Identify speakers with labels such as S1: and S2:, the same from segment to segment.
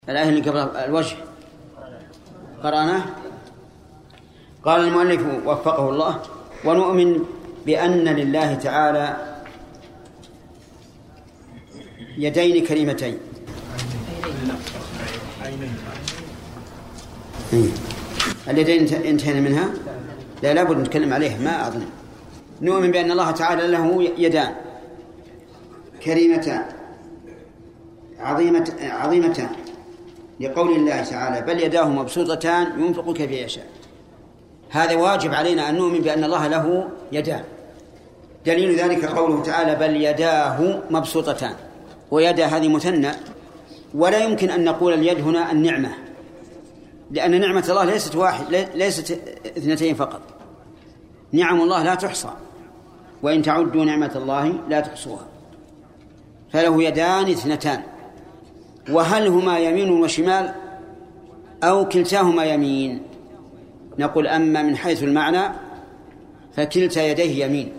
S1: الآية اللي قبل الوجه قرأناه. قال المؤلف وفقه الله: ونؤمن بأن لله تعالى يدين كريمتين. اليدين انتهينا منها؟ لا، لابد نتكلم عليه، ما أظن. نؤمن بأن الله تعالى له يدان كريمتان عظيمتان لقول الله تعالى: بل يداه مبسوطتان ينفق كيف يشاء. هذا واجب علينا أن نؤمن بأن الله له يدان. دليل ذلك قوله تعالى: بل يداه مبسوطتان، ويدا هذه مثنى، ولا يمكن أن نقول اليد هنا النعمة، لأن نعمة الله ليست اثنتين فقط. نعم الله لا تحصى، وإن تعدوا نعمة الله لا تحصوها. فله يدان اثنتان، وهل هما يمين وشمال أو كلتاهما يمين؟ نقول: أما من حيث المعنى فكلتا يديه يمين،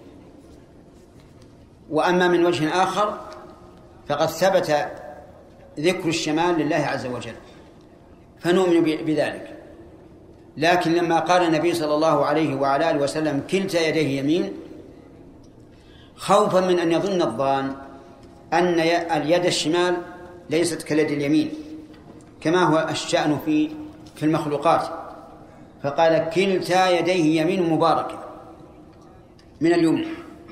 S1: وأما من وجه آخر فقد ثبت ذكر الشمال لله عز وجل، فنؤمن بذلك. لكن لما قال النبي صلى الله عليه وعلى آله وسلم: كلتا يديه يمين، خوفا من أن يظن الظان أن اليد الشمال ليست كاليد اليمين، كما هو الشأن في المخلوقات، فقال: كلتا يديه يمين مباركة من اليمنى.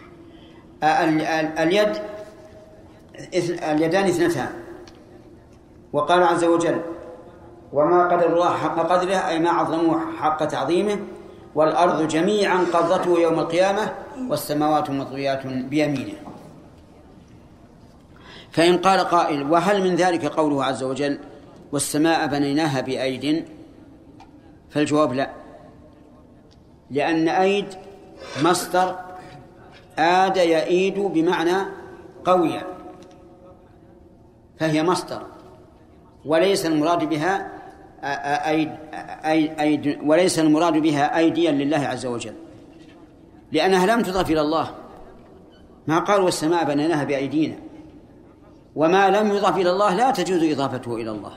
S1: اليدان اثنتان، وقال عز وجل: وما قدر الله حق قدره، أي ما عظموه حق تعظيمه، والأرض جميعا قبضته يوم القيامة والسماوات مطويات بيمينه. فإن قال قائل: وهل من ذلك قوله عز وجل: والسماء بنيناها بأيد؟ فالجواب لا، لأن أيد مصدر آد يئيد بمعنى قوية، فهي مصدر، وليس المراد بها أيد، وليس المراد بها أيديا لله عز وجل، لأنها لم تضاف إلى الله. ما قال والسماء بنيناها بأيدينا، وما لم يضاف إلى الله لا تجوز إضافته إلى الله.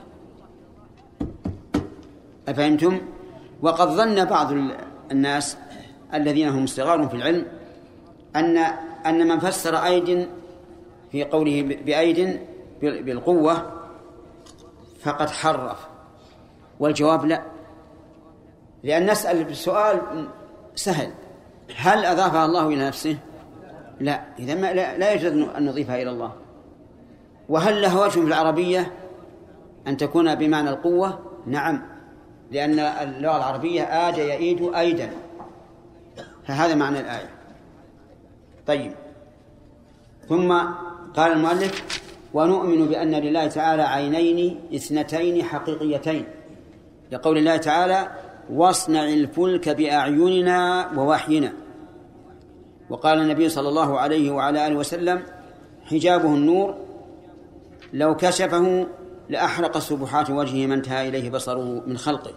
S1: أفهمتم؟ وقد ظن بعض الناس الذين هم صغار في العلم أن من فسر أيد في قوله بأيد بالقوة فقد حرف، والجواب لا، لأن نسأل بالسؤال سهل: هل أضافها الله إلى نفسه؟ لا، إذا لا يجوز أن نضيفها إلى الله. وهل لها وجه في العربية أن تكون بمعنى القوة؟ نعم، لأن اللغة العربية آد يئيد أيدا، فهذا معنى الآية. طيب، ثم قال المؤلف: ونؤمن بأن لله تعالى عينين اثنتين حقيقيتين، لقول الله تعالى: واصنع الفلك بأعيننا ووحينا. وقال النبي صلى الله عليه وعلى آله وسلم: حجابه النور، لو كشفه لأحرق سبحات وجهه ما انتهى إليه بصره من خلقه.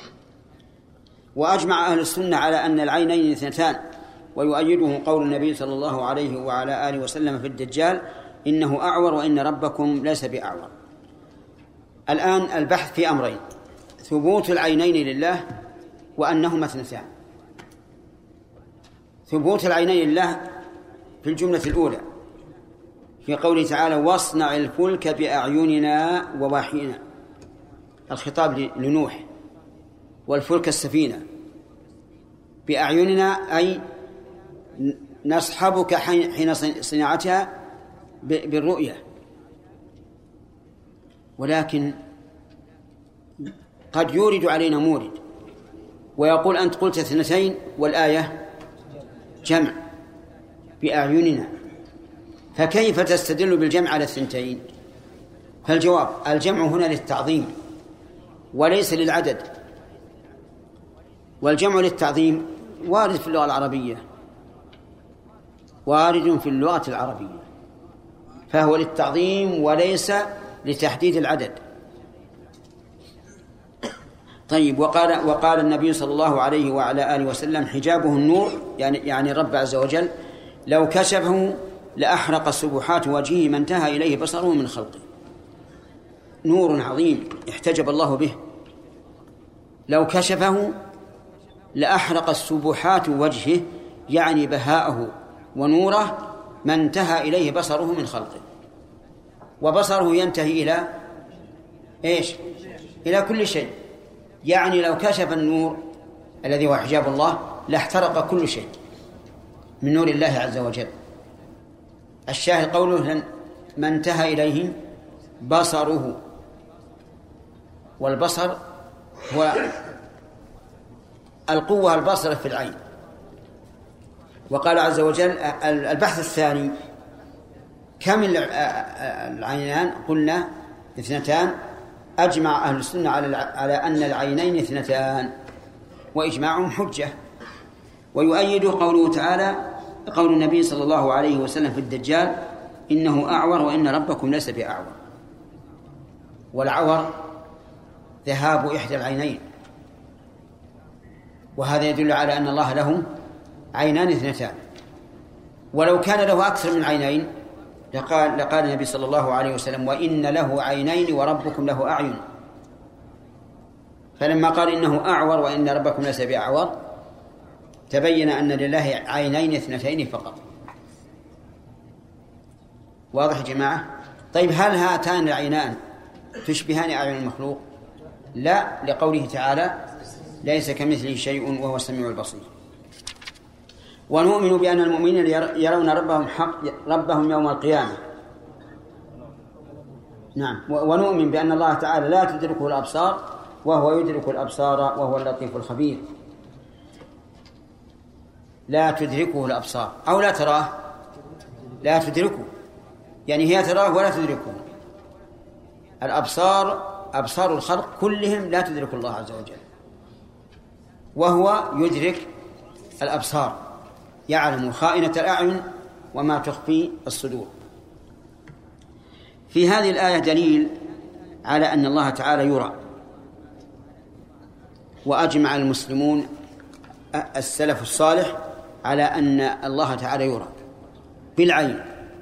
S1: وأجمع أهل السنة على أن العينين اثنتان، ويؤيده قول النبي صلى الله عليه وعلى آله وسلم في الدجال: إنه أعور وإن ربكم ليس بأعور. الآن البحث في أمرين: ثبوت العينين لله، وأنهما اثنتان. ثبوت العينين لله في الجملة الأولى في قوله تعالى: واصنع الفلك بأعيننا ووحينا، الخطاب لنوح، والفلك السفينة، بأعيننا أي نصحبك حين صناعتها بالرؤية. ولكن قد يورد علينا مورد ويقول: أنت قلت اثنتين والآية جمع بأعيننا، فكيف تستدل بالجمع على الثنتين؟ فالجواب: الجمع هنا للتعظيم وليس للعدد، والجمع للتعظيم وارد في اللغة العربية، وارد في اللغة العربية، فهو للتعظيم وليس لتحديد العدد. طيب، وقال النبي صلى الله عليه وعلى آله وسلم: حجابه النور، يعني الرب عز وجل، لو كشفه لأحرق سبحات وجهه ما انتهى إليه بصره من خلقه. نور عظيم احتجب الله به، لو كشفه لأحرق السبحات وجهه، يعني بهاءه ونوره ما انتهى إليه بصره من خلقه. وبصره ينتهي إلى إيش؟ إلى كل شيء. يعني لو كشف النور الذي هو حجاب الله لاحترق كل شيء من نور الله عز وجل. الشاهد قوله ما انتهى إليه بصره، والبصر هو القوة البصرة في العين. وقال عز وجل البحث الثاني كم العينان؟ قلنا 2. أجمع أهل السنة على أن العينين 2، وإجماعهم حجة. ويؤيد قوله تعالى قول النبي صلى الله عليه وسلم في الدجال إنه أعور وإن ربكم ليس بأعور. والعور ذهاب إحدى العينين، وهذا يدل على أن الله له عينان 2. ولو كان له أكثر من عينين لقال النبي صلى الله عليه وسلم وإن له عينين وربكم له أعين. فلما قال إنه أعور وإن ربكم ليس بأعور تبين أن لله عينين 2 فقط. واضح يا جماعة؟ طيب هل هاتان العينان تشبهان أعين المخلوق؟ لا، لقوله تعالى ليس كمثله شيء وهو السميع البصير. ونؤمن بأن المؤمنين يرون ربهم يوم القيامة. نعم. ونؤمن بأن الله تعالى لا تدركه الأبصار وهو يدرك الأبصار وهو اللطيف الخبير. لا تدركه الأبصار أو لا تراه، لا تدركه، يعني هي تراه ولا تدركه. الأبصار أبصار الخلق كلهم لا تدرك الله عز وجل، وهو يدرك الأبصار، يعلم خائنة الأعين وما تخفي الصدور. في هذه الآية دليل على أن الله تعالى يرى. وأجمع المسلمون السلف الصالح على أن الله تعالى يرى بالعين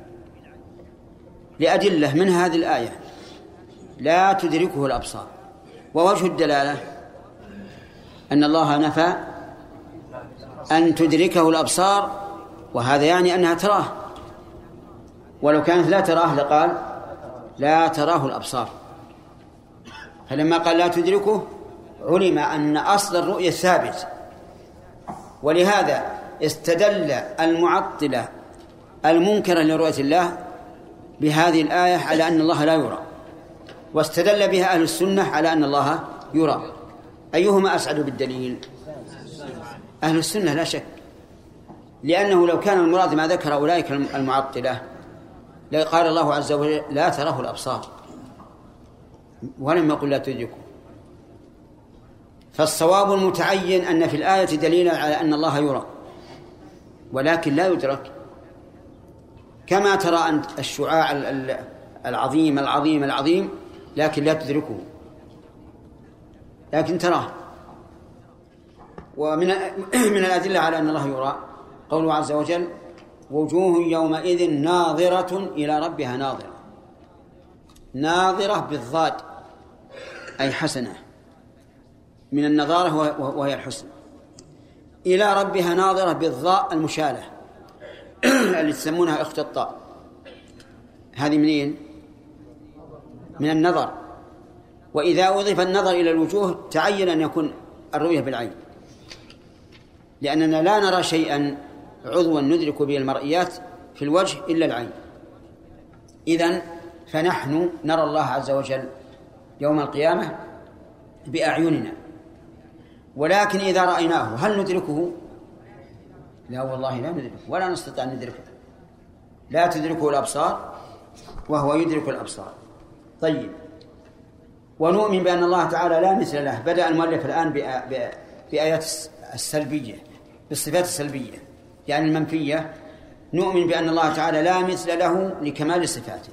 S1: لأدلة من هذه الآية لا تدركه الأبصار. ووجه الدلالة أن الله نفى أن تدركه الأبصار، وهذا يعني أنها تراه، ولو كانت لا تراه لقال لا تراه الأبصار. فلما قال لا تدركه علم أن أصل الرؤية ثابت. ولهذا استدل المعطلة المنكرة لرؤية الله بهذه الآية على أن الله لا يرى، واستدل بها أهل السنة على أن الله يرى. أيهما أسعد بالدليل؟ أهل السنة لا شك، لأنه لو كان المراد ما ذكر أولئك المعطلة لقال الله عز وجل لا تراه الأبصار ولم يقل لا تدركه. فالصواب المتعين أن في الآية دليلا على أن الله يرى ولكن لا يدرك، كما ترى أنت الشعاع العظيم العظيم العظيم لكن لا تدركه، لكن تراه. ومن الأدلة على أن الله يرى قوله عز وجل وجوه يومئذ ناظرة إلى ربها ناظرة. ناظرة بالضاد أي حسنة، من النظارة وهي الحسن. إلى ربها ناظرة بالضاء المشالة اللي تسمونها أخت الطاء. هذه منين؟ من النظر. وإذا أضيف النظر إلى الوجوه تعين أن يكون الرؤية بالعين، لأننا لا نرى شيئا عضوا ندرك به المرئيات في الوجه إلا العين. إذن فنحن نرى الله عز وجل يوم القيامة بأعيننا، ولكن إذا رأيناه هل ندركه؟ لا والله لا ندركه ولا نستطيع أن ندركه. لا تدركه الأبصار وهو يدرك الأبصار. طيب، ونؤمن بأن الله تعالى لا مثل له. بدأ المؤلف الآن بآيات السلبية، بالصفات السلبية يعني المنفية. نؤمن بأن الله تعالى لا مثل له لكمال صفاته،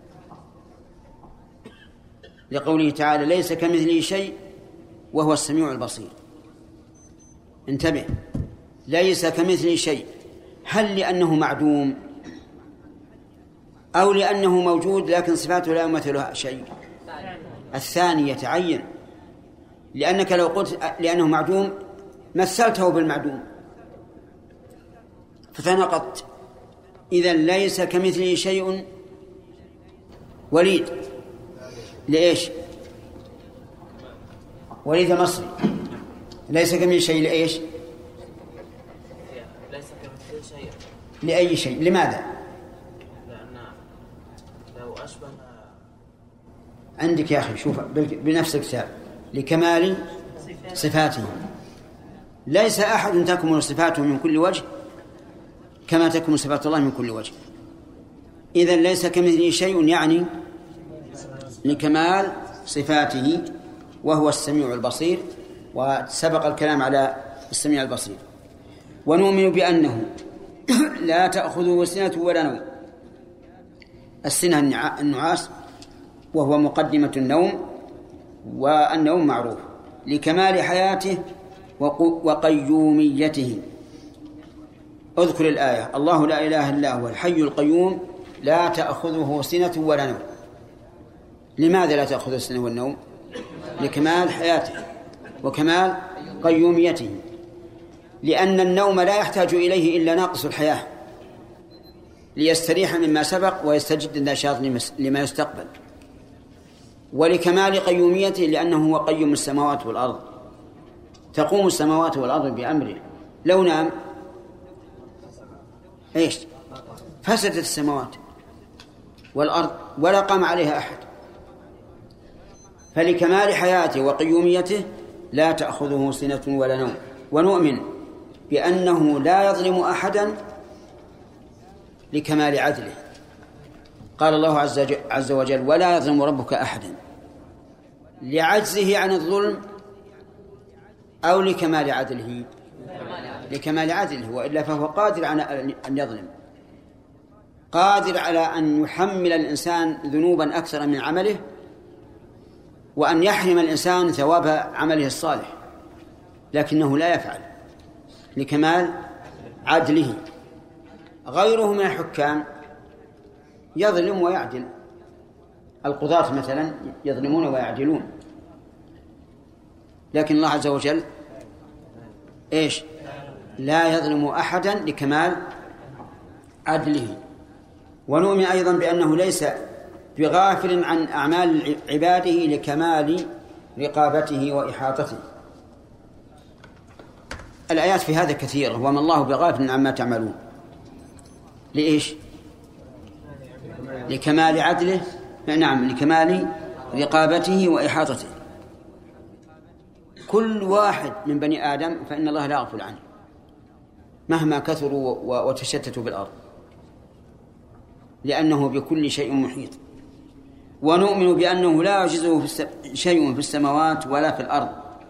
S1: لقوله تعالى ليس كمثله شيء وهو السميع البصير. انتبه، ليس كمثله شيء. هل لأنه معدوم أو لأنه موجود لكن صفاته لا يمثلها شيء؟ الثاني يتعين، لأنك لو قلت لأنه معدوم مثلته بالمعدوم فتناقضت. إذن ليس كمثله شيء. وليد لإيش؟ وليد مصري ليس كمثله شيء لإيش؟
S2: ليس كمثله شيء
S1: لأي شيء. لماذا؟
S2: لأن لو أشبه
S1: عندك يا أخي شوف بنفس الكتاب لكمال صفاته. ليس أحد تكمل صفاته من كل وجه كما تكمل صفات الله من كل وجه. إذن ليس كمثله شيء يعني لكمال صفاته، وهو السميع البصير، وسبق الكلام على السميع البصير. ونؤمن بأنه لا تأخذه سنة ولا نوم. السنة النعاس، وهو مقدمة النوم، والنوم معروف لكمال حياته وقيوميته. اذكر الآية: الله لا إله إلا هو الحي القيوم لا تأخذه سنة ولا نوم. لماذا لا تأخذه السنة والنوم؟ لكمال حياته وكمال قيوميته، لأن النوم لا يحتاج إليه إلا ناقص الحياة ليستريح مما سبق ويستجد النشاط لما يستقبل. ولكمال قيوميته لأنه هو قيوم السماوات والأرض، تقوم السماوات والأرض بأمره. لو نام إيش؟ فسدت السماوات والأرض ولا قام عليها أحد. فلكمال حياته وقيوميته لا تأخذه سنة ولا نوم. ونؤمن بأنه لا يظلم أحدا لكمال عدله. قال الله عز وجل: ولا يظلم ربك أحدا، لعجزه عن الظلم أو لكمال عدله؟ لكمال عدله، وإلا فهو قادر على أن يظلم، قادر على أن يحمل الإنسان ذنوبا أكثر من عمله، وأن يحرم الإنسان ثواب عمله الصالح، لكنه لا يفعل لكمال عدله. غيره من الحكام يظلم ويعدل، القضاة مثلا يظلمون ويعدلون، لكن الله عز وجل إيش؟ لا يظلم أحدا لكمال عدله. ونؤمن أيضا بأنه ليس بغافل عن أعمال عباده لكمال رقابته وإحاطته. الآيات في هذا كثيرة: وما الله بغافل عما تعملون. لإيش؟ لكمال عدله، نعم، لكمال رقابته وإحاطته. كل واحد من بني آدم فإن الله لا يغفل عنه مهما كثروا وتشتتوا بالأرض، لأنه بكل شيء محيط. ونؤمن بأنه لا يعجزه شيء في السماوات ولا في الأرض.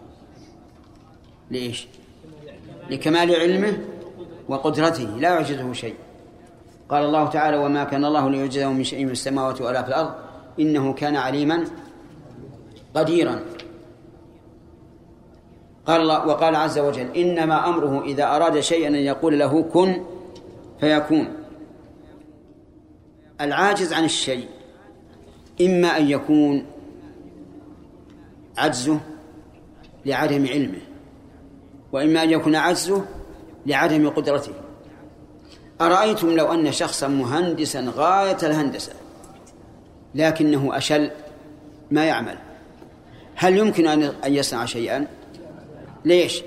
S1: ليش؟ لكمال علمه وقدرته لا يعجزه شيء. قال الله تعالى: وما كان الله ليعجزه من شيء في السماوات ولا في الأرض إنه كان عليما قديرا. قال الله وقال عز وجل: إنما أمره إذا أراد شيئا أن يقول له كن فيكون. العاجز عن الشيء إما أن يكون عجزه لعدم علمه، وإما أن يكون عجزه لعدم قدرته. أرأيتم لو أن شخصا مهندسا غاية الهندسة لكنه أشل ما يعمل، هل يمكن أن يصنع شيئا؟ ليش؟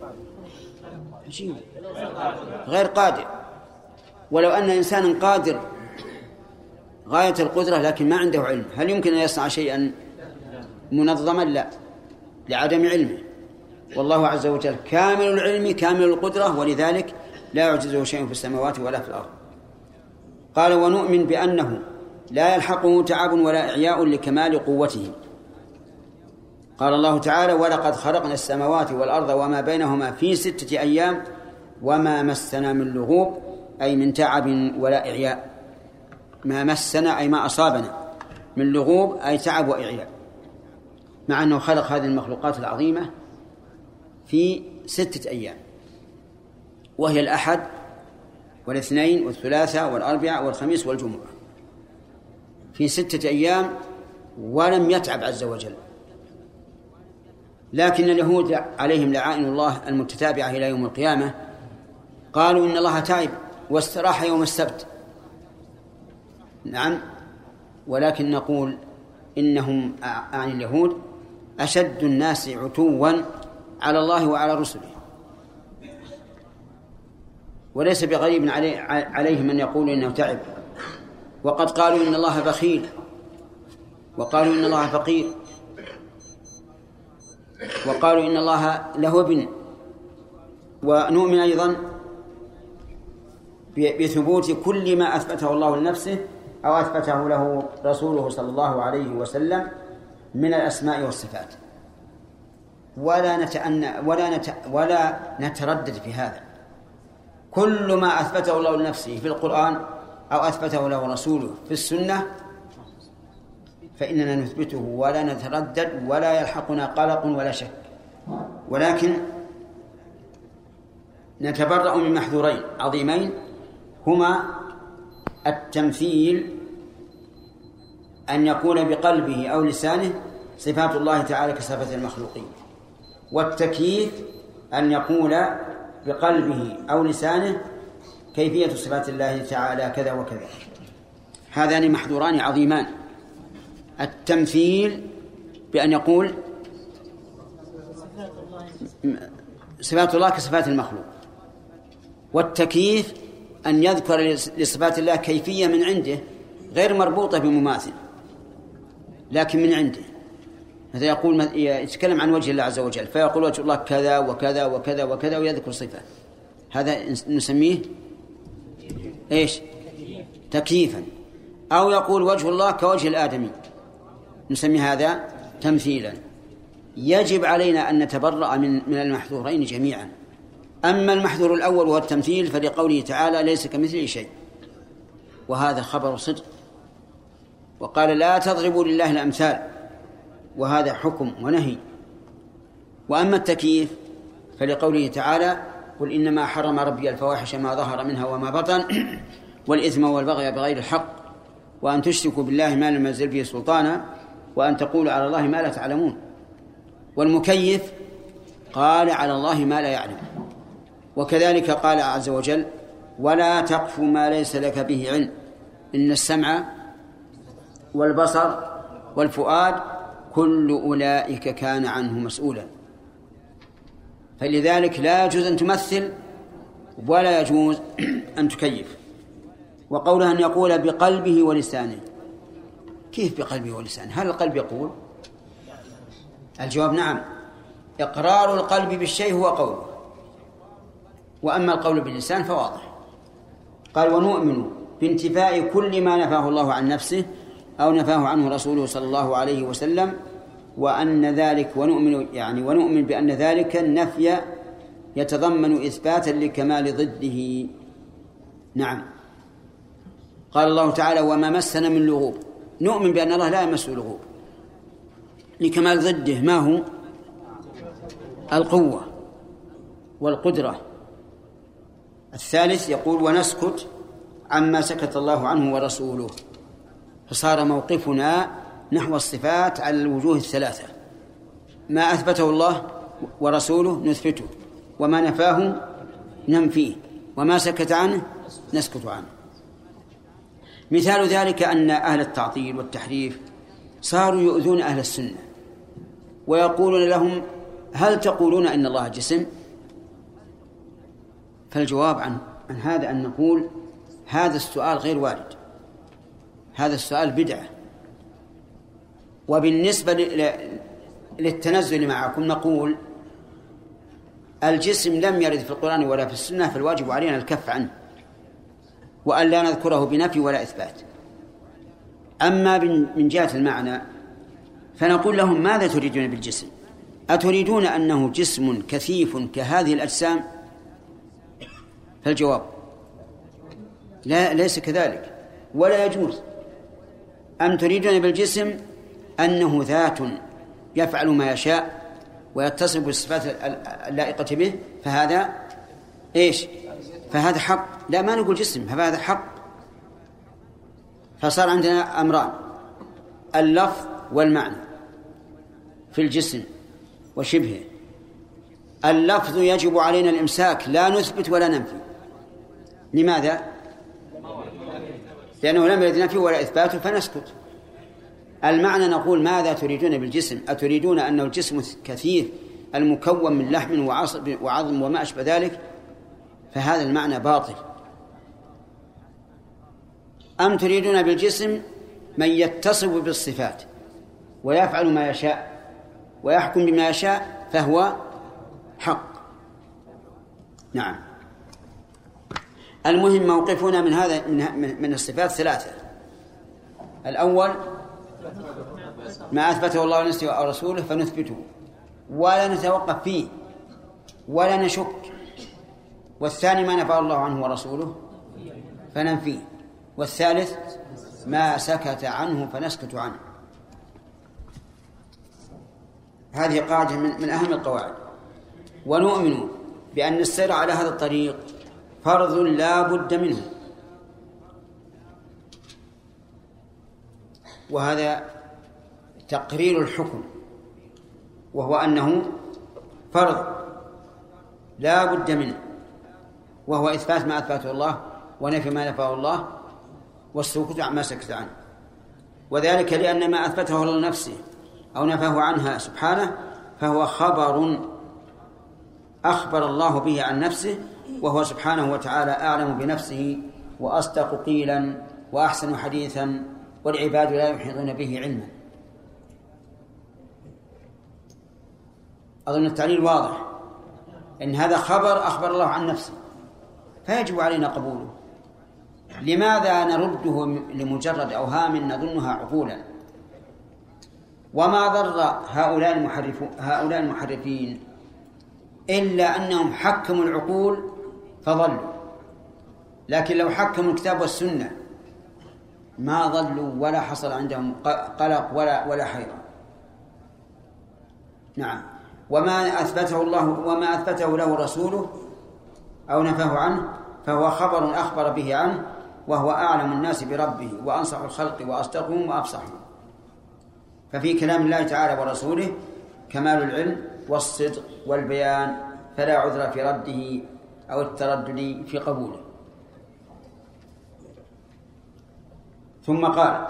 S1: غير قادر. ولو أن إنسانا قادر غاية القدرة لكن ما عنده علم، هل يمكن أن يصنع شيئا منظما؟ لا، لعدم علمه. والله عز وجل كامل العلم كامل القدرة، ولذلك لا يعجزه شيء في السماوات ولا في الأرض. قال: ونؤمن بأنه لا يلحقه تعب ولا إعياء لكمال قوته. قال الله تعالى: ولقد خلقنا السماوات والأرض وما بينهما في 6 أيام وما مسنا من لغوب، أي من تعب ولا إعياء. ما مسنا أي ما أصابنا، من لغوب أي تعب وإعياء، مع أنه خلق هذه المخلوقات العظيمة في 6 أيام، وهي الأحد والاثنين والثلاثاء والأربعاء والخميس والجمعة، في 6 أيام ولم يتعب عز وجل. لكن اليهود عليهم لعائن الله المتتابعة إلى يوم القيامة قالوا إن الله تعب واستراح يوم السبت. نعم، ولكن نقول إنهم عن اليهود أشد الناس عتوا على الله وعلى رسله، وليس بغريب عليهم أن يقولوا إنه تعب. وقد قالوا إن الله بخيل، وقالوا إن الله فقير، وقالوا إن الله له ابن. ونؤمن أيضا بثبوت كل ما أثبته الله لنفسه أو أثبته له رسوله صلى الله عليه وسلم من الأسماء والصفات، ولا نتردد في هذا. كل ما أثبته الله لنفسه في القرآن أو أثبته له رسوله في السنة فإننا نثبته ولا نتردد ولا يلحقنا قلق ولا شك. ولكن نتبرأ من محذورين عظيمين هما التمثيل، أن يكون بقلبه أو لسانه صفات الله تعالى كصفات المخلوقين، والتكييف أن يقول بقلبه أو لسانه كيفية صفات الله تعالى كذا وكذا. هذان محذوران عظيمان: التمثيل بأن يقول صفات الله كصفات المخلوق، والتكييف أن يذكر لصفات الله كيفية من عنده غير مربوطة بمماثل لكن من عنده. هذا يقول يتكلم عن وجه الله عز وجل فيقول وجه الله كذا وكذا وكذا وكذا ويذكر صفة، هذا نسميه إيش؟ تكييفا. أو يقول وجه الله كوجه الآدمي، نسمي هذا تمثيلا. يجب علينا أن نتبرأ من المحذورين جميعا. أما المحذور الأول وهو التمثيل فلقوله تعالى ليس كمثله شيء، وهذا خبر صدق، وقال لا تضربوا لله الأمثال، وهذا حكم ونهي. وأما التكييف فلقوله تعالى قل إنما حرم ربي الفواحش ما ظهر منها وما بطن والإثم والبغي بغير الحق وأن تشركوا بالله ما لم ينزل به سلطانا وأن تقولوا على الله ما لا تعلمون. والمكيف قال على الله ما لا يعلم. وكذلك قال عز وجل ولا تقف ما ليس لك به علم إن السمع والبصر والفؤاد كل أولئك كان عنه مسؤولا. فلذلك لا يجوز أن تمثل ولا يجوز أن تكيف. وقوله أن يقول بقلبه ولسانه، كيف بقلبه ولسانه؟ هل القلب يقول؟ الجواب نعم، إقرار القلب بالشيء هو قوله، وأما القول باللسان فواضح. قال ونؤمن بانتفاء كل ما نفاه الله عن نفسه أو نفاه عنه رسوله صلى الله عليه وسلم، وأن ذلك ونؤمن بأن ذلك النفي يتضمن إثباتا لكمال ضده. نعم، قال الله تعالى وما مسنا من لغوب، نؤمن بأن الله لا يمس لغوب لكمال ضده. ما هو؟ القوة والقدرة. الثالث يقول ونسكت عما سكت الله عنه ورسوله، فصار موقفنا نحو الصفات على الوجوه الثلاثة: ما أثبته الله ورسوله نثبته، وما نفاه ننفيه، وما سكت عنه نسكت عنه. مثال ذلك أن أهل التعطيل والتحريف صاروا يؤذون أهل السنة ويقولون لهم هل تقولون إن الله جسم؟ فالجواب عن هذا أن نقول هذا السؤال غير وارد، هذا السؤال بدعة. وبالنسبة للتنزل معكم نقول الجسم لم يرد في القرآن ولا في السنة، فالواجب علينا الكف عنه وأن لا نذكره بنفي ولا إثبات. أما من جهة المعنى فنقول لهم ماذا تريدون بالجسم؟ أتريدون أنه جسم كثيف كهذه الأجسام؟ فالجواب لا، ليس كذلك ولا يجوز. أم تريدون بالجسم أنه ذات يفعل ما يشاء ويتصف بالصفات اللائقة به، فهذا إيش؟ فهذا حق. لا، ما نقول جسم، فهذا حق. فصار عندنا أمران: اللفظ والمعنى في الجسم وشبهه. اللفظ يجب علينا الإمساك، لا نثبت ولا ننفي. لماذا؟ لأنه لم يرد نفيه ولا إثباته فنسكت. المعنى نقول ماذا تريدون بالجسم؟ أتريدون أنه الجسم كثير المكون من لحم وعظم وما أشبه ذلك؟ فهذا المعنى باطل. أم تريدون بالجسم من يتصف بالصفات ويفعل ما يشاء ويحكم بما يشاء فهو حق؟ نعم. المهم موقفنا من هذا من الصفات ثلاثة. الأول ما أثبته الله لنفسه أو رسوله فنثبته ولا نتوقف فيه ولا نشك. والثاني ما نفى الله عنه ورسوله فننفيه. والثالث ما سكت عنه فنسكت عنه. هذه قاعدة من أهم القواعد. ونؤمن بأن السير على هذا الطريق فرض لا بد منه، وهذا تقرير الحكم، وهو أنه فرض لا بد منه، وهو إثبات ما أثبته الله ونفي ما نفاه الله والسكوت عما سكت عنه. وذلك لأن ما أثبته الله لنفسه أو نفاه عنها سبحانه فهو خبر أخبر الله به عن نفسه، وهو سبحانه وتعالى أعلم بنفسه وأصدق قيلا وأحسن حديثا، والعباد لا يحيطون به علما. أظن التعليل واضح، إن هذا خبر أخبر الله عن نفسه فيجب علينا قبوله. لماذا نرده لمجرد أوهام نظنها عقولا؟ وما ضر هؤلاء المحرفين إلا أنهم حكموا العقول فضلوا، لكن لو حكموا الكتاب والسنة ما ضلوا ولا حصل عندهم قلق ولا حيرة. نعم. وما أثبته الله وما أثبته له رسوله أو نفاه عنه فهو خبر أخبر به عنه، وهو أعلم الناس بربه وأنصح الخلق وأصدقهم وأفصحهم. ففي كلام الله تعالى ورسوله كمال العلم والصدق والبيان، فلا عذر في رده أو التردد في قبوله. ثم قال: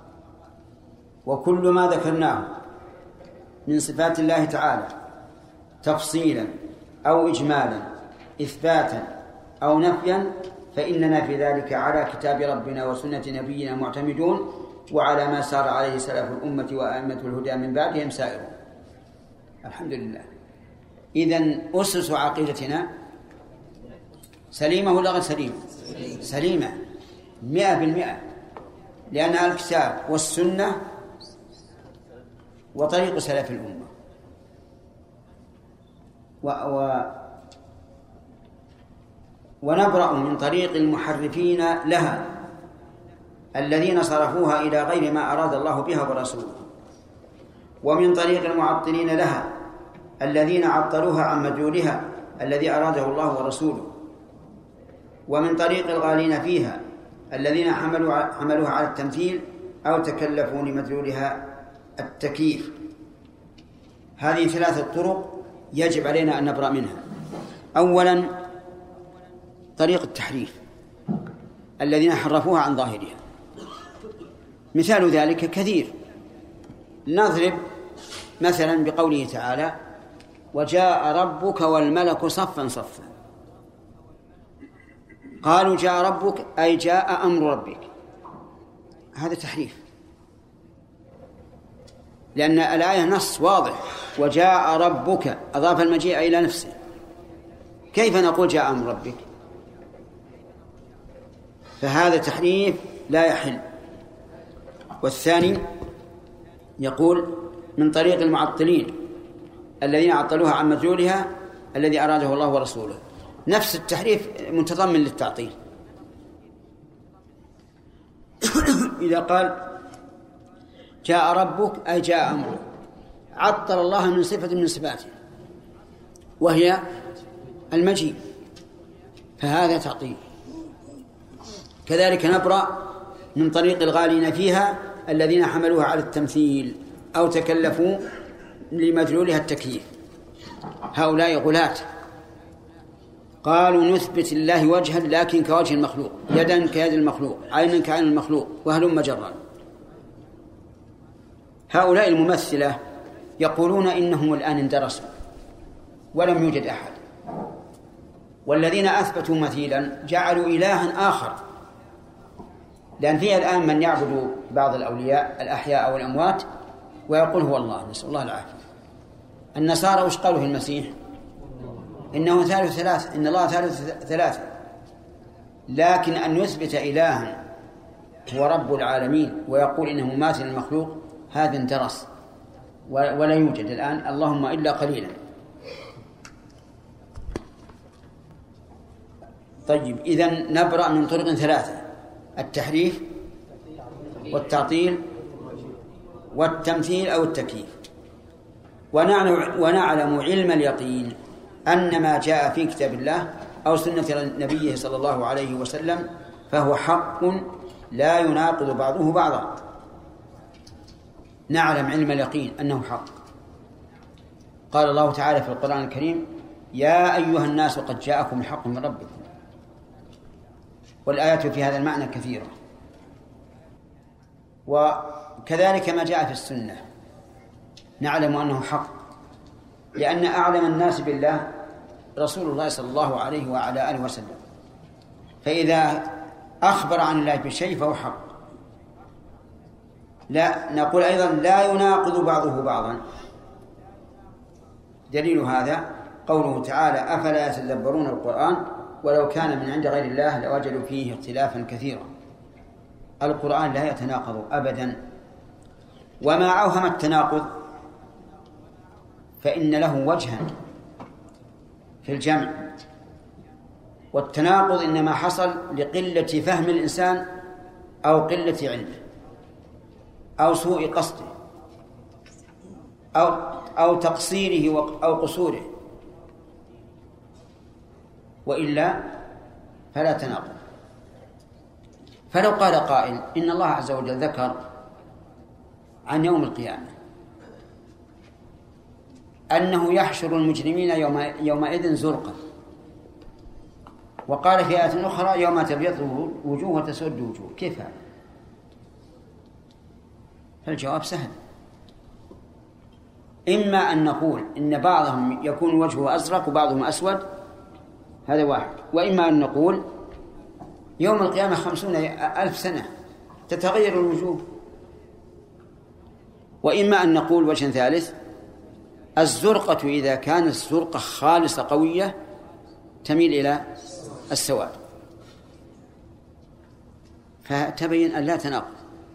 S1: وكل ما ذكرناه من صفات الله تعالى تفصيلا أو إجمالا إثباتا أو نفيا فإننا في ذلك على كتاب ربنا وسنة نبينا معتمدون، وعلى ما سار عليه سلف الأمة وأئمة الهدى من بعدهم سائرون. الحمد لله. إذن أسس عقيدتنا سليمة ولا غير سليمة؟ سليمة 100%، لأنها الكتاب والسنة وطريق سلف الأمة. ونبرأ من طريق المحرفين لها الذين صرفوها إلى غير ما أراد الله بها ورسوله، ومن طريق المعطلين لها الذين عطلوها عن مدلولها الذي أراده الله ورسوله، ومن طريق الغالين فيها الذين حملوها على التمثيل أو تكلفوا لمدلولها التكييف. هذه ثلاثة طرق يجب علينا أن نبرأ منها. أولا طريق التحريف الذين حرفوها عن ظاهرها، مثال ذلك كثير. نضرب مثلا بقوله تعالى: وجاء ربك والملك صفا صفا. قالوا جاء ربك أي جاء أمر ربك، هذا تحريف، لأن الآية نص واضح: وجاء ربك، أضاف المجيء إلى نفسه، كيف نقول جاء أمر ربك؟ فهذا تحريف لا يحل. والثاني يقول من طريق المعطلين الذين عطلوها عن مدلولها الذي أراده الله ورسوله، نفس التحريف متضمن للتعطيل. إذا قال جاء ربك أي جاء أمره، عطل الله من صفة من صفاته وهي المجيء، فهذا تعطيل. كذلك نبرأ من طريق الغالين فيها الذين حملوها على التمثيل أو تكلفوا لمدلولها التكييف. هؤلاء غلاة قالوا نثبت الله وجها لكن كوجه المخلوق، يدا كيد المخلوق، عينا كعين المخلوق، وهلم جرا. هؤلاء الممثلة يقولون إنهم الآن اندرسوا ولم يوجد أحد، والذين أثبتوا مثيلا جعلوا إلها آخر، لأن فيها الآن من يعبد بعض الأولياء الأحياء أو الأموات ويقول هو الله، نسأل الله العافية. النصارى وش قالوا في المسيح؟ إنه ثالث ثلاثة، إن الله ثالث ثلاثة. لكن أن يثبت إلها هو رب العالمين ويقول إنه مماثل المخلوق هذا اندرس ولا يوجد الآن، اللهم إلا قليلا. طيب، إذن نبرأ من طرق ثلاثة: التحريف والتعطيل والتمثيل أو التكييف. ونعلم علم اليقين أن ما جاء في كتاب الله أو سنة نبيه صلى الله عليه وسلم فهو حق لا يناقض بعضه بعضا. نعلم علم اليقين أنه حق. قال الله تعالى في القرآن الكريم: يا أيها الناس قد جاءكم الحق من ربكم. والآيات في هذا المعنى كثيرة. وكذلك ما جاء في السنة نعلم أنه حق، لأن أعلم الناس بالله رسول الله صلى الله عليه وعلى آله وسلم، فإذا أخبر عن الله بشيء فهو حق. لا نقول أيضا لا يناقض بعضه بعضا. دليل هذا قوله تعالى: أفلا يتدبرون القرآن ولو كان من عند غير الله لوجدوا فيه اختلافا كثيرا. القرآن لا يتناقض أبدا، وما أوهم التناقض فإن له وجها في الجمع، والتناقض إنما حصل لقلة فهم الإنسان أو قلة علمه أو سوء قصده أو تقصيره أو قصوره، وإلا فلا تناقض. فلو قال قائل إن الله عز وجل ذكر عن يوم القيامة أنه يحشر المجرمين يومئذ زرقا، وقال في آية أخرى يوم تبيض وجوه وتسود وجوه، كيف هذا؟ فالجواب سهل: إما أن نقول إن بعضهم يكون وجهه أزرق وبعضهم أسود، هذا واحد، وإما أن نقول يوم القيامة 50,000 سنة تتغير الوجوه، وإما أن نقول وجه ثالث: الزرقة إذا كانت الزرقة خالصة قوية تميل إلى السواد، فتبين أن لا تناقض.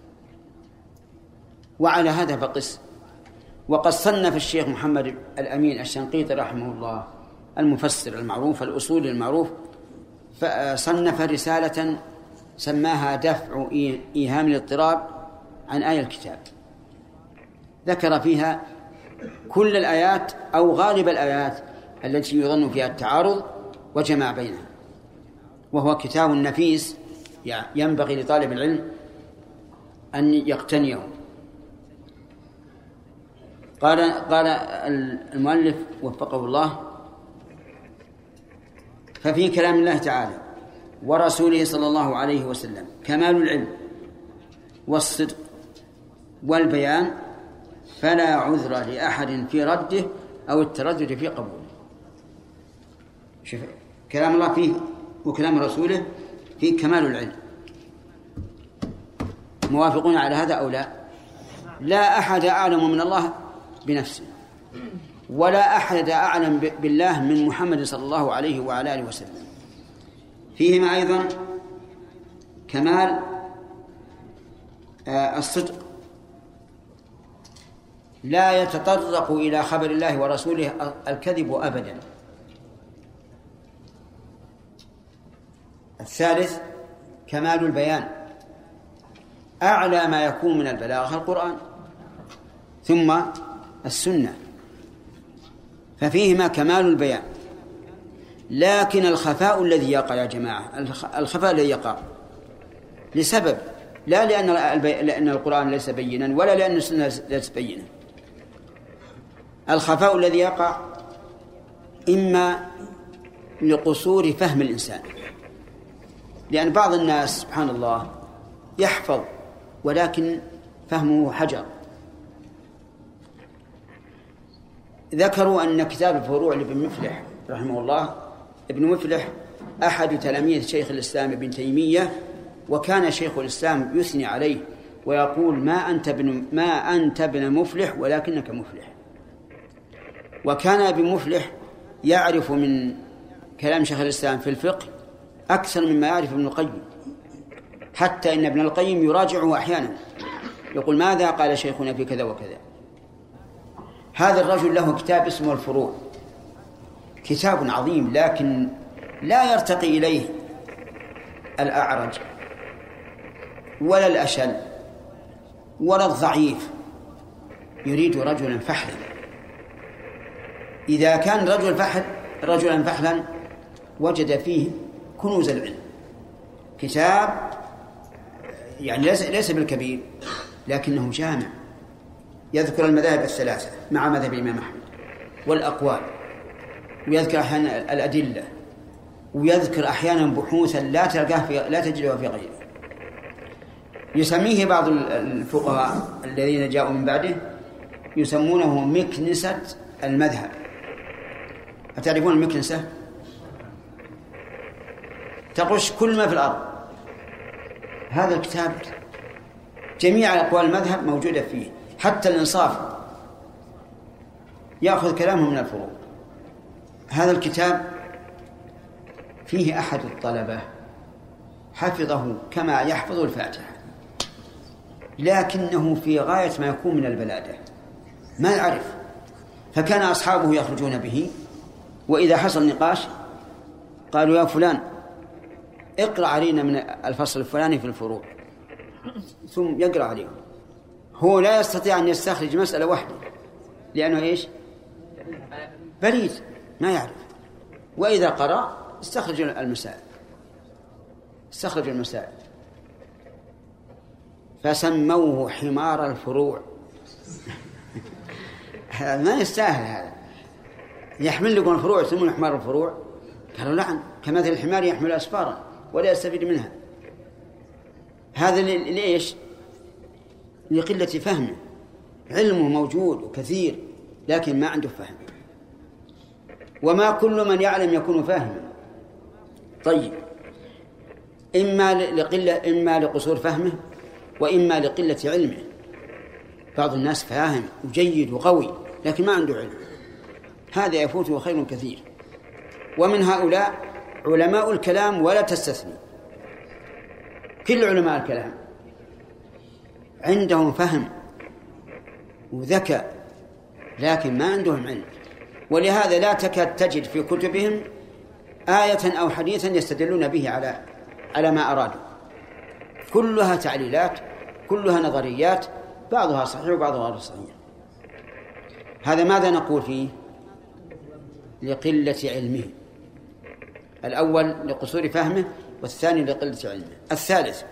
S1: وعلى هذا فقس. وقد صنف الشيخ محمد الأمين الشنقيطي رحمه الله المفسر المعروف الأصول المعروف، فصنف رسالة سماها دفع إيهام الاضطراب عن آية الكتاب، ذكر فيها كل الآيات أو غالب الآيات التي يظن فيها التعارض وجمع بينها، وهو كتاب نفيس ينبغي لطالب العلم أن يقتنيه. قال المؤلف وفقه الله: ففي كلام الله تعالى ورسوله صلى الله عليه وسلم كمال العلم والصدق والبيان، فلا عذر لأحد في رده أو التردد في قبوله. شوف كلام الله فيه وكلام رسوله فيه كمال العلم. موافقون على هذا أو لا؟ لا أحد أعلم من الله بنفسه، ولا أحد أعلم بالله من محمد صلى الله عليه وعلى آله وسلم. فيهما أيضا كمال الصدق، لا يتطرق إلى خبر الله ورسوله الكذب أبدا. الثالث كمال البيان، أعلى ما يكون من البلاغة القرآن ثم السنة، ففيهما كمال البيان. لكن الخفاء الذي يقع يا جماعة، الخفاء الذي يقع لسبب: لا لأن القرآن ليس بينا ولا لأن السنة ليست بينة. الخفاء الذي يقع إما لقصور فهم الإنسان، لأن بعض الناس سبحان الله يحفظ ولكن فهمه حجر. ذكروا أن كتاب الفروع لابن مفلح رحمه الله، ابن مفلح أحد تلاميذ شيخ الإسلام ابن تيمية، وكان شيخ الإسلام يثني عليه ويقول ما أنت ابن مفلح ولكنك مفلح. وكان ابن مفلح يعرف من كلام شيخ الإسلام في الفقه أكثر مما يعرف ابن القيم، حتى إن ابن القيم يراجعه أحيانا يقول ماذا قال شيخنا في كذا وكذا. هذا الرجل له كتاب اسمه الفروع، كتاب عظيم لكن لا يرتقي إليه الأعرج ولا الأشل ولا الضعيف، يريد رجلا فحلا. إذا كان رجلا فحلا وجد فيه كنوز العلم. كتاب يعني ليس بالكبير لكنه جامع، يذكر المذاهب الثلاثة مع مذهب الإمام أحمد والأقوال، ويذكر أحيانا الأدلة، ويذكر أحيانا بحوثا لا تجدها في غيره. يسميه بعض الفقهاء الذين جاءوا من بعده يسمونه مكنسة المذهب. أتعرفون المكنسة؟ تقش كل ما في الأرض. هذا الكتاب جميع أقوال المذهب موجودة فيه، حتى الإنصاف يأخذ كلامه من الفروع. هذا الكتاب فيه أحد الطلبة حفظه كما يحفظ الفاتحة، لكنه في غاية ما يكون من البلادة، ما يعرف. فكان أصحابه يخرجون به، وإذا حصل نقاش قالوا يا فلان اقرأ علينا من الفصل الفلاني في الفروع، ثم يقرأ عليهم. هو لا يستطيع أن يستخرج مسألة واحدة لأنه إيش؟ بليد ما يعرف. وإذا قرأ استخرج المسائل. فسموه حمار الفروع. ما يستاهل هذا، يحمل لكم الفروع ثم حمار الفروع. قالوا نعم، كمثل الحمار يحمل أسفارا ولا يستفيد منها. هذا ليش؟ لقلة فهمه. علمه موجود وكثير لكن ما عنده فهم، وما كل من يعلم يكون فاهما. طيب، إما لقصور فهمه وإما لقلة علمه. بعض الناس فاهم وجيد وقوي لكن ما عنده علم، هذا يفوته خير كثير. ومن هؤلاء علماء الكلام ولا تستثني، كل علماء الكلام عندهم فهم وذكاء لكن ما عندهم علم، ولهذا لا تكاد تجد في كتبهم آية أو حديثا يستدلون به على ما أرادوا. كلها تعليلات، كلها نظريات، بعضها صحيح وبعضها غير صحيح. هذا ماذا نقول فيه؟ لقلة علمه. الأول لقصور فهمه، والثاني لقلة علمه. الثالث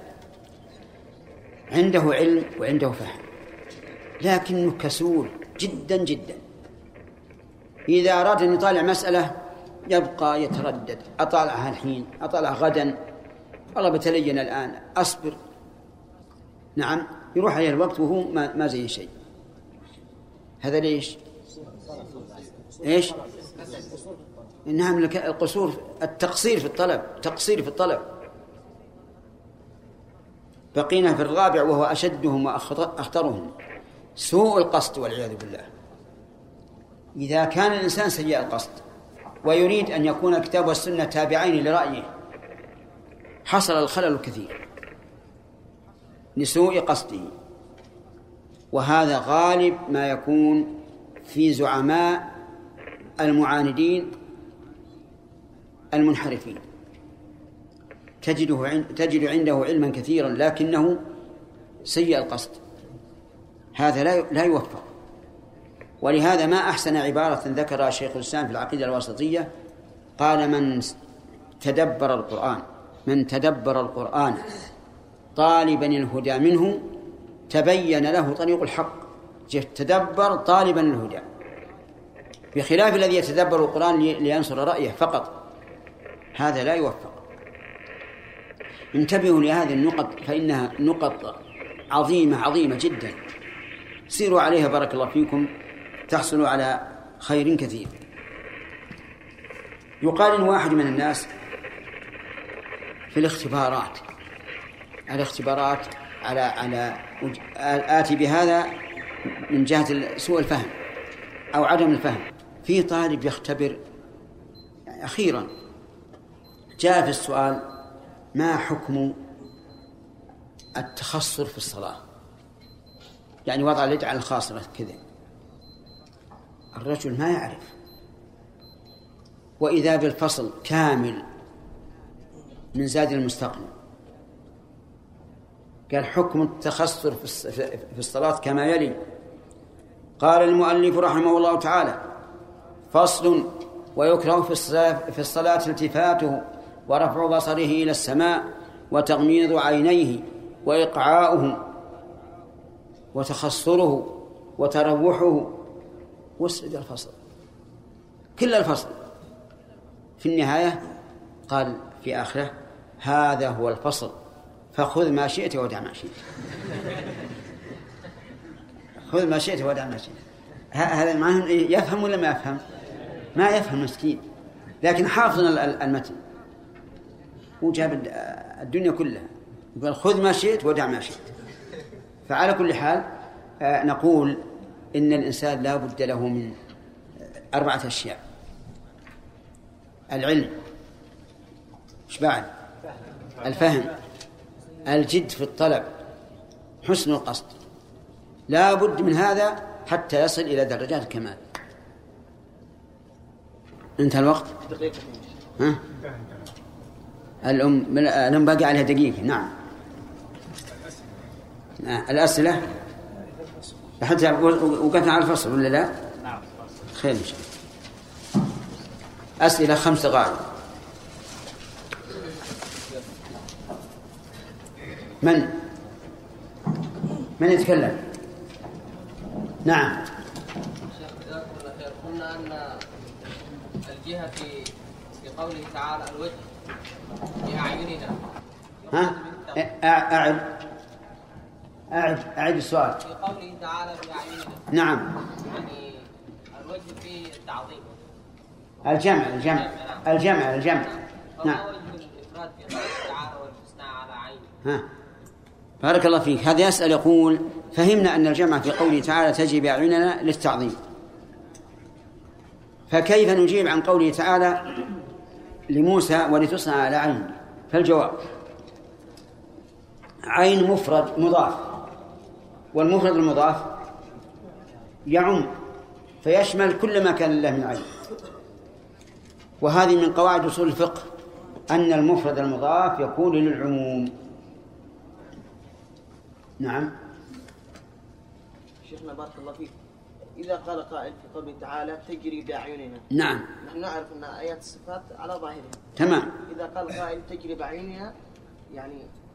S1: عنده علم وعنده فهم لكنه كسول جدا جدا. إذا أراد أن يطالع مسألة يبقى يتردد، أطالعها الحين، أطالعها غدا، الله بتلين الآن، أصبر. نعم، يروح عليه الوقت وهو ما زي شيء. هذا ليش؟ إيش؟ نعم، القصور، التقصير في الطلب. بقينا في الرابع وهو أشدهم وأخطرهم، سوء القصد والعياذ بالله. إذا كان الإنسان سيء القصد ويريد أن يكون الكتاب والسنة تابعين لرأيه حصل الخلل الكثير لسوء قصده. وهذا غالب ما يكون في زعماء المعاندين المنحرفين، تجد عنده علما كثيرا لكنه سيء القصد، هذا لا يوفق. ولهذا ما أحسن عبارة ذكرها شيخ الإسلام في العقيدة الواسطية، قال من تدبر القرآن طالبا الهدى منه تبين له طريق الحق، تدبر طالبا الهدى، بخلاف الذي يتدبر القرآن لينصر رأيه فقط، هذا لا يوفق. انتبهوا لهذه النقط فإنها نقط عظيمة جدا، سيروا عليها بارك الله فيكم تحصلوا على خير كثير. يقال إن واحد من الناس في الاختبارات على آتي بهذا من جهة سوء الفهم أو عدم الفهم. في طالب يختبر أخيرا جاء في السؤال: ما حكم التخصر في الصلاة؟ يعني وضع اليد على الخاصرة كذا. الرجل ما يعرف، وإذا بالفصل كامل من زاد المستقنع قال: حكم التخصر في الصلاة كما يلي. قال المؤلف رحمه الله تعالى: فصل: ويكره في الصلاة التفاته ورفع بصره إلى السماء وتغميض عينيه وإقعاؤه وتخصره وتروحه. واسرد الفصل، كل الفصل. في النهاية قال في آخره: هذا هو الفصل، فخذ ما شئت ودع ما شئت. خذ ما شئت ودع ما شئت. هذا معناه يفهم ولا ما يفهم؟ ما يفهم مسكين، لكن حافظ المتن وجاب الدنيا كلها، يقول: خذ ما شئت ودع ما شئت. فعلى كل حال نقول إن الإنسان لا بد له من 4 أشياء: العلم، إيش بعد؟ الفهم، الجد في الطلب، حسن القصد. لا بد من هذا حتى يصل إلى درجات الكمال. انتهى الوقت؟ ها؟ الأم باقي عليها دقيقة. نعم. الأسئلة حتى وقفنا على الفصل ولا لا؟ نعم. خير إن شاء الله. أسئلة 5 دقائق. من يتكلم؟ نعم.
S2: قلنا أن الجهة في قوله تعالى الوجه بأعيننا.
S1: ها؟ أعد السؤال.
S2: في قوله تعالى بأعيننا.
S1: نعم.
S2: يعني الوجه فيه التعظيم.
S1: الجمع. نعم.
S2: وما وجه الإفراد في قوله تعالى والحسنى على عينه.
S1: ها. بارك الله فيك. هذا يسأل يقول: فهمنا أن الجمع في قوله تعالى تجري بأعيننا للتعظيم، فكيف نجيب عن قوله تعالى لموسى ولتصنع على عين؟ فالجواب: عين مفرد مضاف، والمفرد المضاف يعم فيشمل كل ما كان لله من عين. وهذه من قواعد أصول الفقه أن المفرد المضاف يكون للعموم. نعم.
S3: شيخنا بارك الله فيك، إذا قال قائل في قوله تعالى تجري بأعيننا،
S1: نعم،
S3: نحن نعرف أن آيات الصفات على ظاهرها،
S1: تمام.
S3: إذا قال قائل تجري بأعيننا يعني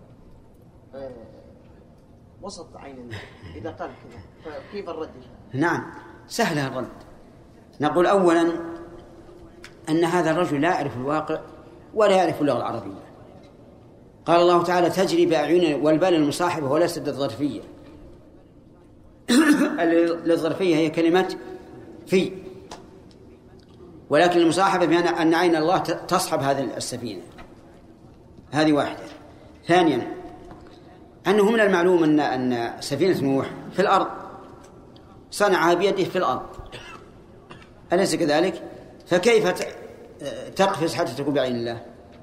S3: وسط عيننا، إذا قال كذا فكيف الرد؟
S1: نعم، سهل الرد. نقول أولا أن هذا الرجل لا يعرف الواقع ولا يعرف اللغة العربية. قال الله تعالى تجري بأعيننا، والبال المصاحبة وليست الظرفية. الظرفية هي كلمة في، ولكن المصاحبة بأن أن عين الله تصحب هذه السفينة. هذه واحدة. ثانيا أنه من المعلوم أن سفينة نوح في الأرض، صنعها بيده في الأرض، أليس كذلك؟ فكيف تقفز حتى تكون بعين الله؟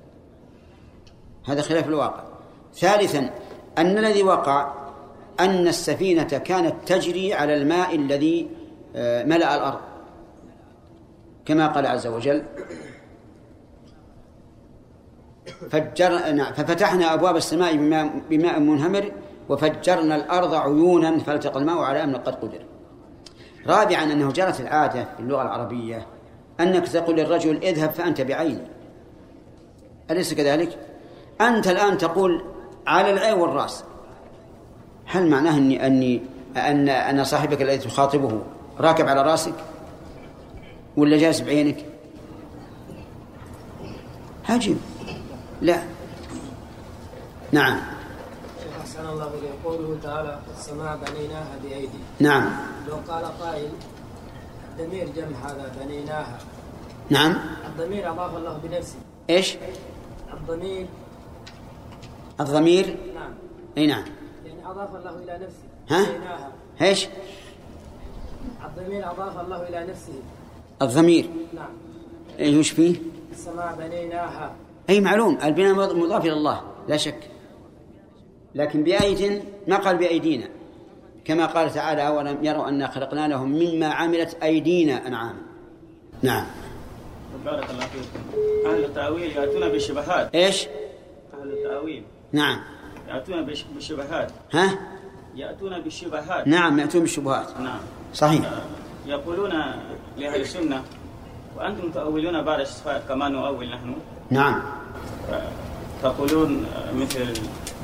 S1: هذا خلاف الواقع. ثالثا أن الذي وقع أن السفينة كانت تجري على الماء الذي ملأ الأرض، كما قال عز وجل ففتحنا أبواب السماء بماء منهمر وفجرنا الأرض عيونا فالتقى الماء على أمر قد قدر. رابعا أنه جرت العادة في اللغة العربية أنك تقول للرجل اذهب فأنت بعيني، أليس كذلك؟ أنت الآن تقول على العين والرأس. هل معناه أن صاحبك الذي تخاطبه راكب على رأسك ولا جالس بعينك؟ هاجم لا. نعم.
S4: أحسن الله إليه. قوله تعالى السماء بنيناها بأيدي.
S1: نعم.
S4: لو قال قائل الضمير جمع هذا بنيناها.
S1: نعم.
S4: الضمير أضاف الله بنفسه.
S1: إيش؟ الضمير.
S4: نعم.
S1: أي نعم.
S4: يعني أضاف الله إلى نفسه.
S1: ها؟
S4: بنيناها.
S1: إيش؟
S4: الضمير أضاف الله إلى نفسه.
S1: الضمير.
S4: نعم.
S1: إيه وش فيه؟
S4: السماء بنيناها.
S1: أي معلوم البناء مضاف إلى الله لا شك، لكن بأيد ما قال بأيدينا، كما قال تعالى أولم يروا أنا خلقنا لهم مما عملت أيدينا أنعاما. نعم.
S5: بارك الله فيكم. أهل التأويل يأتون بالشبهات.
S1: إيش؟
S5: أهل التأويل.
S1: نعم.
S5: يأتون بالشبهات.
S1: ها؟
S5: يأتون بالشبهات.
S1: نعم يأتون بالشبهات.
S5: نعم.
S1: صحيح.
S5: يقولون لأهل السنة وأنتم تؤولون بعد الصفات كما نؤول نحن.
S1: نعم.
S5: تقولون مثل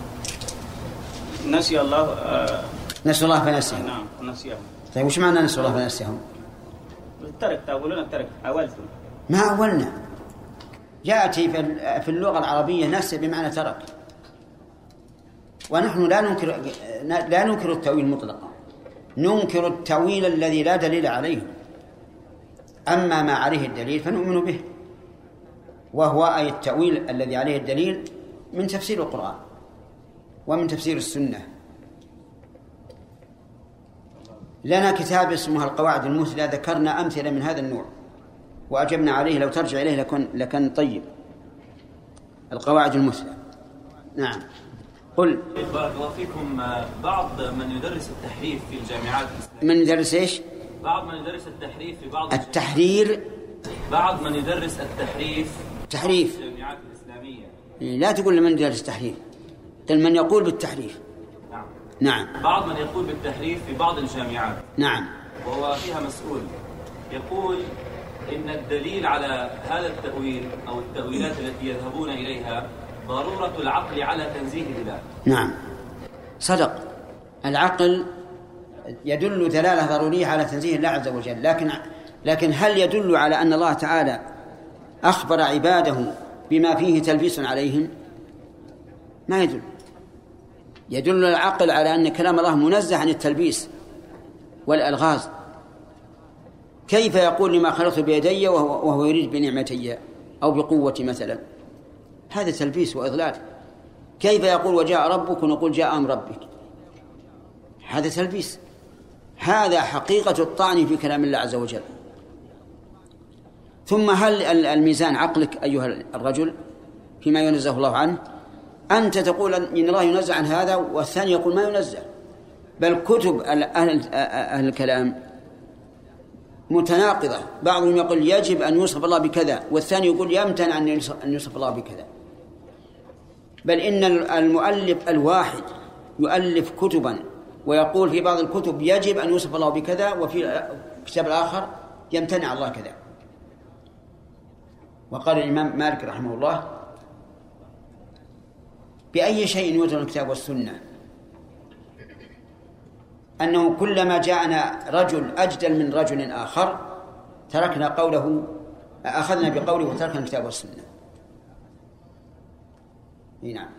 S5: نسي الله.
S1: نسوا الله فنسيهم.
S5: نعم نسيهم.
S1: طيب وش معنى نسوا الله فنسيهم؟
S5: الترك، تقولون الترك. أولتم.
S1: ما أولنا. يأتي في اللغة العربية نسي بمعنى ترك، ونحن لا ننكر التأويل مطلقا، ننكر التأويل الذي لا دليل عليه. أما ما عليه الدليل فنؤمن به، وهو أي التأويل الذي عليه الدليل من تفسير القرآن ومن تفسير السنة. لنا كتاب اسمه القواعد المثلى، ذكرنا أمثلة من هذا النوع وأجبنا عليه، لو ترجع إليه لكن طيب. القواعد المثلى. نعم. قل.
S6: بارك الله فيكم. بعض من يدرس التحريف في الجامعات
S1: من يدرس إيش؟
S6: بعض من يدرس التحريف في بعض
S1: التحرير.
S6: بعض من يدرس التحريف
S1: تحريف
S6: في الجامعات الإسلامية.
S1: لا تقول لمن يدرس التحريف، قل من يقول بالتحريف.
S6: نعم.
S1: نعم.
S6: بعض من يقول بالتحريف في بعض الجامعات.
S1: نعم.
S6: وهو فيها مسؤول، يقول إن الدليل على هذا التأويل أو التأويلات التي يذهبون إليها ضرورة العقل على تنزيه الله.
S1: نعم صدق. العقل يدل دلالة ضرورية على تنزيه الله عز وجل، لكن هل يدل على أن الله تعالى أخبر عباده بما فيه تلبيس عليهم؟ ما يدل. يدل العقل على أن كلام الله منزه عن التلبيس والألغاز. كيف يقول لما خلقت بيدي وهو يريد بنعمتي أو بقوة مثلا؟ هذا تلبيس وإضلال. كيف يقول وجاء ربك ونقول جاء أمر ربك؟ هذا تلبيس. هذا حقيقة الطعن في كلام الله عز وجل. ثم هل الميزان عقلك أيها الرجل فيما ينزه الله عنه؟ أنت تقول إن الله ينزه عن هذا والثاني يقول ما ينزه، بل كتب أهل الكلام متناقضة. بعضهم يقول يجب أن يوصف الله بكذا، والثاني يقول يمتنع أن يوصف الله بكذا. بل إن المؤلف الواحد يؤلف كتبا ويقول في بعض الكتب يجب أن يوصف الله بكذا، وفي الكتاب الآخر يمتنع الله كذا. وقال الإمام مالك رحمه الله: بأي شيء يوزن الكتاب والسنة؟ أنه كلما جاءنا رجل أجدل من رجل آخر تركنا قوله، أخذنا بقوله وتركنا الكتاب والسنة. نعم.